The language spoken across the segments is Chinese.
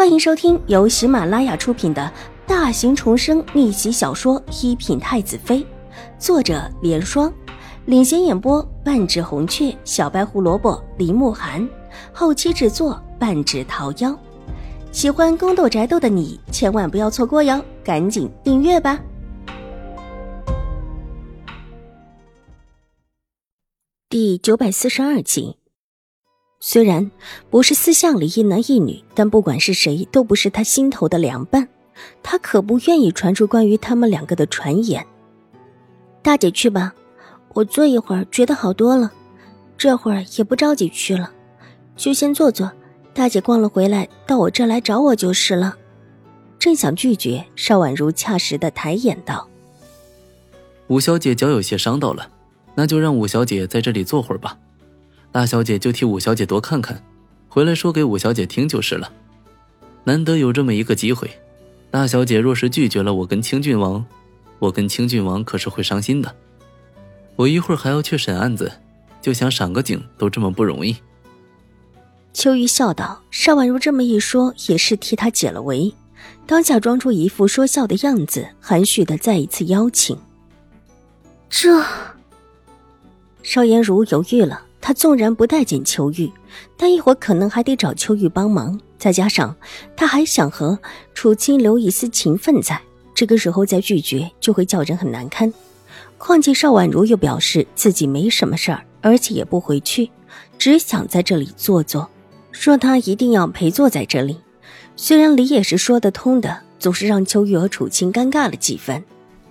欢迎收听由喜马拉雅出品的大型重生逆袭小说《一品太子妃》，作者莲霜，领衔演播半指红雀、小白胡萝卜、林慕寒，后期制作半指桃夭。喜欢宫斗宅斗的你千万不要错过哟，赶紧订阅吧。第942集。虽然不是私巷里一男一女，但不管是谁都不是他心头的凉拌，他可不愿意传出关于他们两个的传言。大姐去吧，我坐一会儿觉得好多了，这会儿也不着急去了，就先坐坐，大姐逛了回来到我这来找我就是了。正想拒绝，邵婉如恰实的抬眼道： 武小姐脚有些伤到了，那就让武小姐在这里坐会儿吧，大小姐就替武小姐多看看，回来说给武小姐听就是了。难得有这么一个机会，大小姐若是拒绝了我跟清郡王可是会伤心的。我一会儿还要去审案子，就想赏个景都这么不容易。 秋玉笑道，邵婉如这么一说也是替她解了围，当下装出一副说笑的样子，含蓄的再一次邀请。邵颜如犹豫了，她纵然不待见秋玉，但一会儿可能还得找秋玉帮忙，再加上她还想和楚清留一丝情分在，这个时候再拒绝就会叫人很难堪。况且邵婉如又表示自己没什么事儿，而且也不回去，只想在这里坐坐，说她一定要陪坐在这里。虽然理也是说得通的，总是让秋玉和楚清尴尬了几分。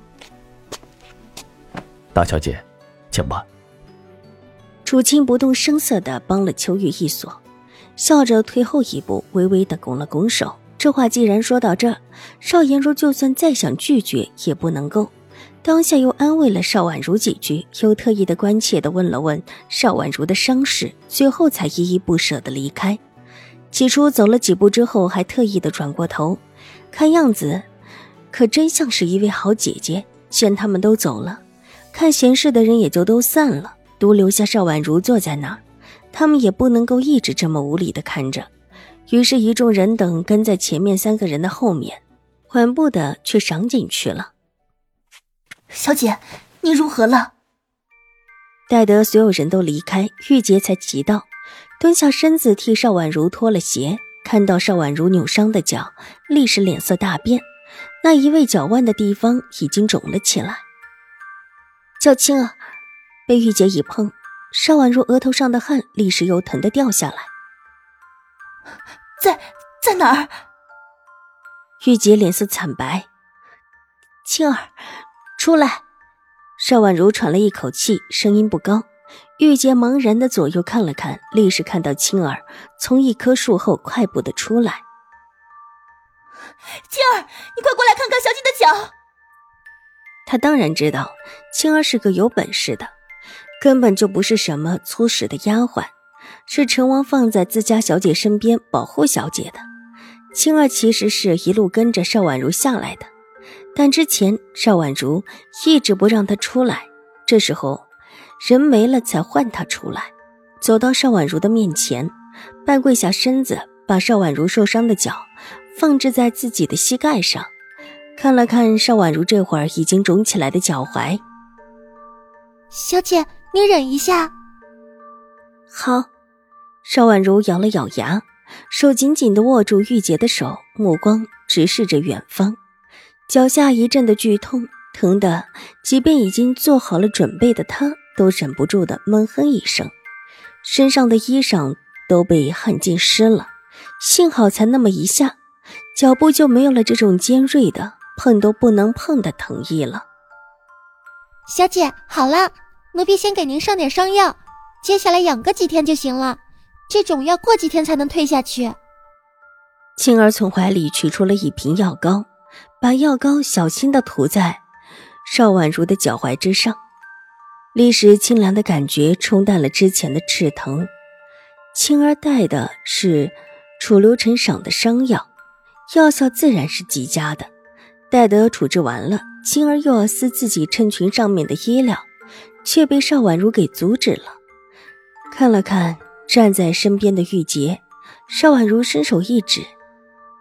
大小姐，请吧。 楚清不动声色地帮了秋玉一锁，笑着退后一步，微微地拱了拱手。这话既然说到这儿，邵颜如就算再想拒绝也不能够，当下又安慰了邵婉如几句，又特意的关切地问了问邵婉如的伤势，最后才依依不舍地离开。起初走了几步之后，还特意地转过头，看样子可真像是一位好姐姐。见他们都走了，看闲事的人也就都散了，独留下邵婉如坐在那儿，他们也不能够一直这么无理地看着，于是一众人等跟在前面3个人的后面，缓步地去赏景去了。 小姐，你如何了？ 待得所有人都离开，玉洁才急道，蹲下身子替邵婉如脱了鞋，看到邵婉如扭伤的脚，立时脸色大变，那一位脚腕的地方已经肿了起来。叫青儿，被玉洁一碰，邵婉如额头上的汗立时又疼得掉下来。 在哪儿？ 玉洁脸色惨白。青儿，出来。邵婉如喘了一口气，声音不高。玉洁茫然的左右看了看，立时看到青儿从一棵树后快步的出来。 青儿，你快过来看看小姐的脚。 他当然知道青儿是个有本事的，根本就不是什么粗使的丫鬟，是陈王放在自家小姐身边保护小姐的。青儿其实是一路跟着邵婉如下来的，但之前邵婉如一直不让她出来，这时候人没了才换她出来。走到邵婉如的面前，半跪下身子，把邵婉如受伤的脚放置在自己的膝盖上，看了看邵婉如这会儿已经肿起来的脚踝。 小姐，你忍一下。 好。邵婉如咬了咬牙，手紧紧地握住玉洁的手，目光直视着远方，脚下一阵的剧痛，疼得即便已经做好了准备的她都忍不住地闷哼一声，身上的衣裳都被汗浸湿了，幸好才那么一下，脚步就没有了这种尖锐的碰都不能碰的疼意了。 小姐，好了，奴婢先给您上点伤药，接下来养个几天就行了，这种药过几天才能退下去。 青儿从怀里取出了一瓶药膏，把药膏小心地涂在邵婉如的脚踝之上，立时清凉的感觉冲淡了之前的赤疼。青儿带的是楚留臣赏的伤药，药效自然是极佳的。待得处置完了，青儿又要撕自己衬裙上面的衣料，却被邵婉如给阻止了。看了看站在身边的玉洁，邵婉如伸手一指，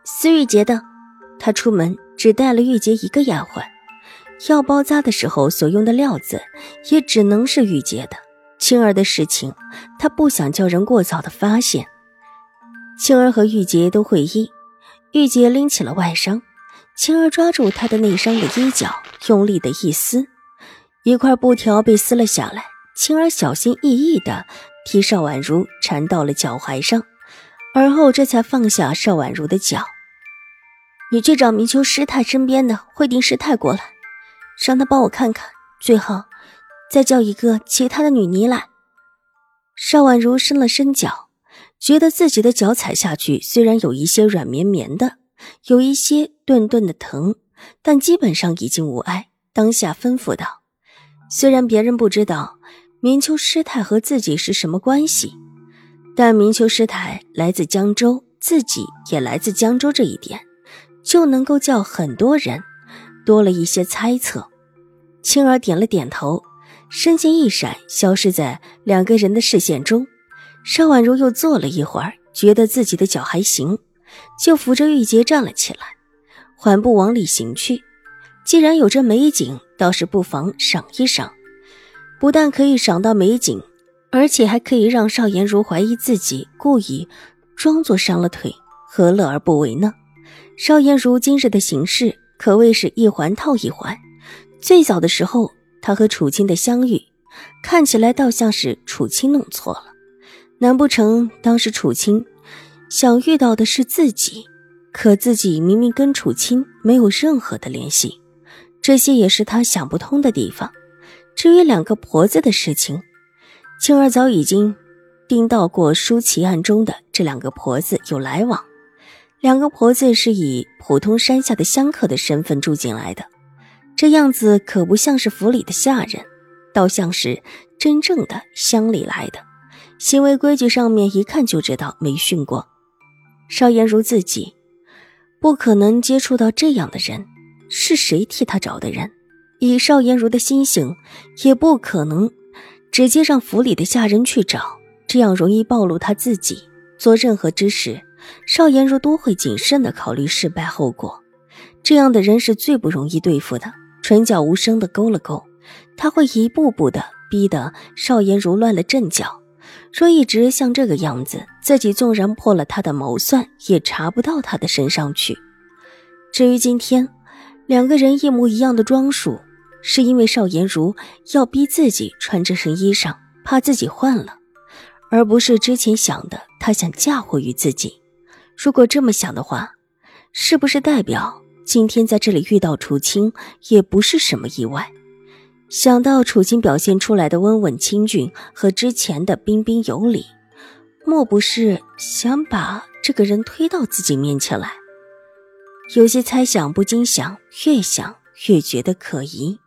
司玉洁的。他出门只带了玉洁一个丫鬟，要包扎的时候所用的料子也只能是玉洁的。青儿的事情他不想叫人过早的发现。青儿和玉洁都会医，玉洁拎起了外伤，青儿抓住他的内伤的衣角，用力的一撕，一块布条被撕了下来。青儿小心翼翼地替邵婉如缠到了脚踝上，而后这才放下邵婉如的脚。你去找明秋师太身边的慧定师太过来，让他帮我看看，最好再叫一个其他的女尼来。邵婉如伸了伸脚，觉得自己的脚踩下去虽然有一些软绵绵的，有一些顿顿的疼，但基本上已经无碍。当下吩咐道，虽然别人不知道明秋师太和自己是什么关系，但明秋师太来自江州，自己也来自江州，这一点就能够叫很多人多了一些猜测。青儿点了点头，身形一闪，消失在两个人的视线中。邵婉如又坐了一会儿，觉得自己的脚还行，就扶着玉洁站了起来，缓步往里行去。既然有这美景，倒是不妨赏一赏，不但可以赏到美景，而且还可以让邵颜如怀疑自己故意装作伤了腿，何乐而不为呢？邵颜如今日的行事可谓是一环套一环。最早的时候他和楚青的相遇，看起来倒像是楚青弄错了，难不成当时楚青想遇到的是自己？可自己明明跟楚青没有任何的联系，这些也是他想不通的地方。至于两个婆子的事情，青儿早已经听到过舒淇案中的这两个婆子有来往。两个婆子是以普通山下的香客的身份住进来的，这样子可不像是府里的下人，倒像是真正的乡里来的，行为规矩上面一看就知道没训过。邵颜如自己不可能接触到这样的人，是谁替他找的人？以邵颜如的心性，也不可能直接让府里的下人去找，这样容易暴露他自己。做任何之事，邵颜如都会谨慎地考虑事败后果，这样的人是最不容易对付的。唇角无声地勾了勾，他会一步步地逼得邵颜如乱了阵脚。若一直像这个样子，自己纵然破了他的谋算，也查不到他的身上去。至于今天两个人一模一样的装束，是因为邵颜如要逼自己穿这身衣裳，怕自己换了，而不是之前想的他想嫁祸于自己。如果这么想的话，是不是代表今天在这里遇到楚青也不是什么意外？想到楚青表现出来的温文清俊和之前的彬彬有礼，莫不是想把这个人推到自己面前来？有些猜想不禁想，越想越觉得可疑。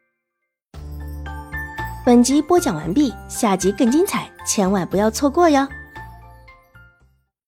本集播讲完毕，下集更精彩，千万不要错过哟。